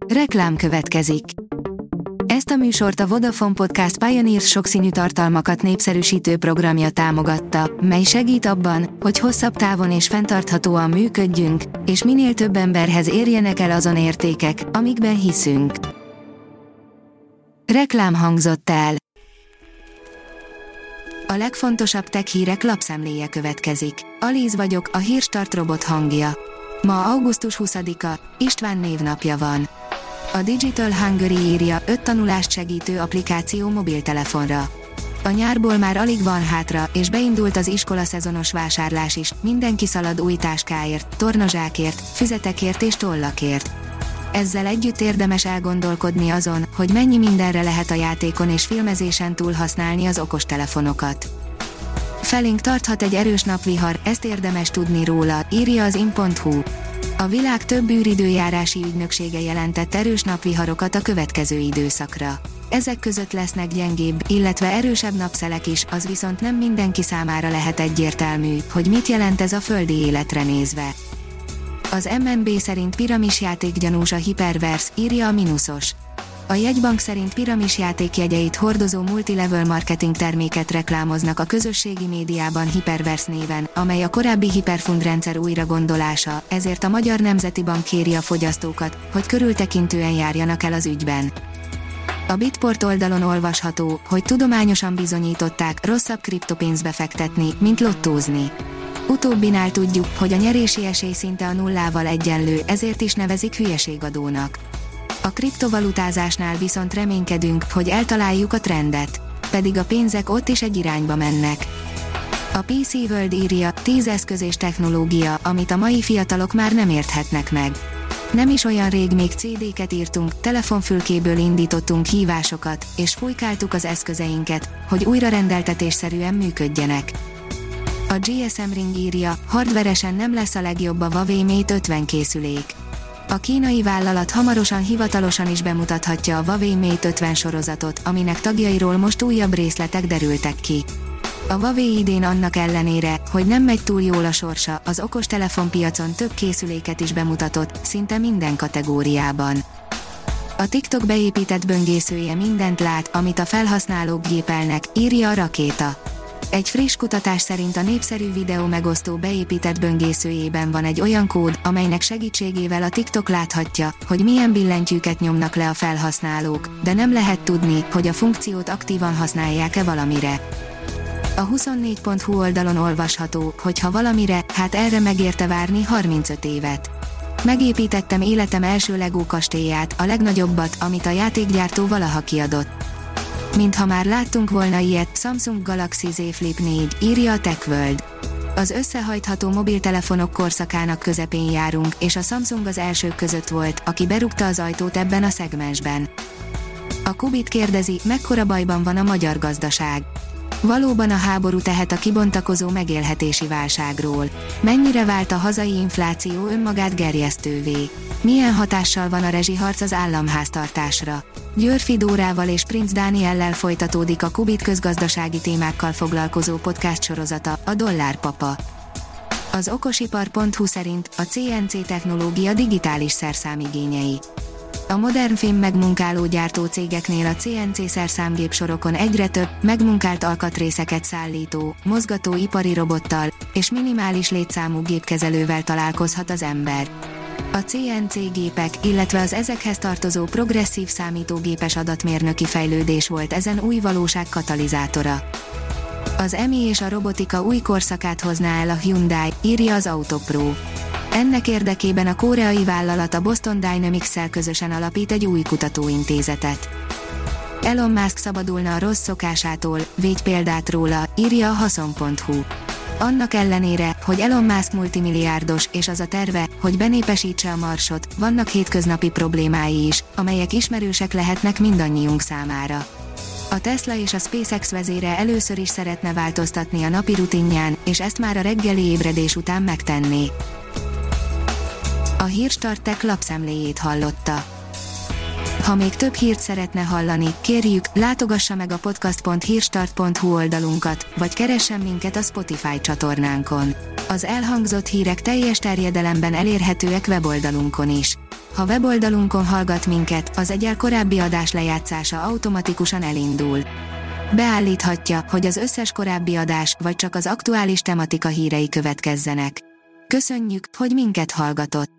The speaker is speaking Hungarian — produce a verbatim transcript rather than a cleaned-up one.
Reklám következik. Ezt a műsort a Vodafone Podcast Pioneers sokszínű tartalmakat népszerűsítő programja támogatta, mely segít abban, hogy hosszabb távon és fenntarthatóan működjünk, és minél több emberhez érjenek el azon értékek, amikben hiszünk. Reklám hangzott el. A legfontosabb tech hírek lapszemléje következik. Alíz vagyok, a Hírstart robot hangja. Ma augusztus huszadika, István névnapja van. A Digital Hungary írja, öt tanulást segítő applikáció mobiltelefonra. A nyárból már alig van hátra, és beindult az iskola szezonos vásárlás is, mindenki szalad új táskáért, tornazsákért, füzetekért és tollakért. Ezzel együtt érdemes elgondolkodni azon, hogy mennyi mindenre lehet a játékon és filmezésen túl használni az okostelefonokat. Felénk tarthat egy erős napvihar, ezt érdemes tudni róla, írja az in pont hu. A világ több űridőjárási ügynöksége jelentett erős napviharokat a következő időszakra. Ezek között lesznek gyengébb, illetve erősebb napszelek is, az viszont nem mindenki számára lehet egyértelmű, hogy mit jelent ez a földi életre nézve. Az em en bé szerint piramisjáték gyanús a Hyperverse, írja a Minusos. A jegybank szerint piramisjáték jegyeit hordozó multilevel marketing terméket reklámoznak a közösségi médiában Hyperverse néven, amely a korábbi Hyperfund rendszer újragondolása, ezért a Magyar Nemzeti Bank kéri a fogyasztókat, hogy körültekintően járjanak el az ügyben. A Bitport oldalon olvasható, hogy tudományosan bizonyították, rosszabb kriptopénzbe fektetni, mint lottózni. Utóbbinál tudjuk, hogy a nyerési esély szinte a nullával egyenlő, ezért is nevezik hülyeségadónak. A kriptovalutázásnál viszont reménykedünk, hogy eltaláljuk a trendet. Pedig a pénzek ott is egy irányba mennek. A pé cé World írja, tíz eszköz és technológia, amit a mai fiatalok már nem érthetnek meg. Nem is olyan rég még cé dé-ket írtunk, telefonfülkéből indítottunk hívásokat, és fújkáltuk az eszközeinket, hogy újra rendeltetésszerűen működjenek. A gé es em Ring írja, hardveresen nem lesz a legjobb a Huawei Mate ötven készülék. A kínai vállalat hamarosan hivatalosan is bemutathatja a Huawei Mate ötven sorozatot, aminek tagjairól most újabb részletek derültek ki. A Huawei idén annak ellenére, hogy nem megy túl jól a sorsa, az okostelefonpiacon több készüléket is bemutatott, szinte minden kategóriában. A TikTok beépített böngészője mindent lát, amit a felhasználók gépelnek, írja a Rakéta. Egy friss kutatás szerint a népszerű videó megosztó beépített böngészőjében van egy olyan kód, amelynek segítségével a TikTok láthatja, hogy milyen billentyűket nyomnak le a felhasználók, de nem lehet tudni, hogy a funkciót aktívan használják-e valamire. A huszonnégy pont hu oldalon olvasható, hogy ha valamire, hát erre megérte várni harmincöt évet. Megépítettem életem első Lego kastélyát, a legnagyobbat, amit a játékgyártó valaha kiadott. Mintha már láttunk volna ilyet, Samsung Galaxy Z Flip négy, írja a TechWorld. Az összehajtható mobiltelefonok korszakának közepén járunk, és a Samsung az elsők között volt, aki berúgta az ajtót ebben a szegmensben. A Kubit kérdezi, mekkora bajban van a magyar gazdaság. Valóban a háború tehet a kibontakozó megélhetési válságról. Mennyire vált a hazai infláció önmagát gerjesztővé? Milyen hatással van a rezsiharc az államháztartásra? Györfi Dórával és Princ Dániellel folytatódik a Kubit közgazdasági témákkal foglalkozó podcast sorozata, a Dollárpapa. Az okosipar pont hu szerint a cé en cé technológia digitális szerszámigényei. A modern fém megmunkáló gyártó cégeknél a cé en cé szerszámgép sorokon egyre több, megmunkált alkatrészeket szállító, mozgató ipari robottal, és minimális létszámú gépkezelővel találkozhat az ember. A cé en cé gépek, illetve az ezekhez tartozó progresszív számítógépes adatmérnöki fejlődés volt ezen új valóság katalizátora. Az em i és a robotika új korszakát hozná el a Hyundai, írja az Autopro. Ennek érdekében a koreai vállalat a Boston Dynamics-szel közösen alapít egy új kutatóintézetet. Elon Musk szabadulna a rossz szokásától, védj példát róla, írja a haszon pont hu. Annak ellenére, hogy Elon Musk multimilliárdos, és az a terve, hogy benépesítse a Marsot, vannak hétköznapi problémái is, amelyek ismerősek lehetnek mindannyiunk számára. A Tesla és a SpaceX vezére először is szeretne változtatni a napi rutinján, és ezt már a reggeli ébredés után megtenné. A Hírstart Tech lapszemléjét hallotta. Ha még több hírt szeretne hallani, kérjük, látogassa meg a podcast pont hírstart pont hu oldalunkat, vagy keressen minket a Spotify csatornánkon. Az elhangzott hírek teljes terjedelemben elérhetőek weboldalunkon is. Ha weboldalunkon hallgat minket, az egyel korábbi adás lejátszása automatikusan elindul. Beállíthatja, hogy az összes korábbi adás, vagy csak az aktuális tematika hírei következzenek. Köszönjük, hogy minket hallgatott!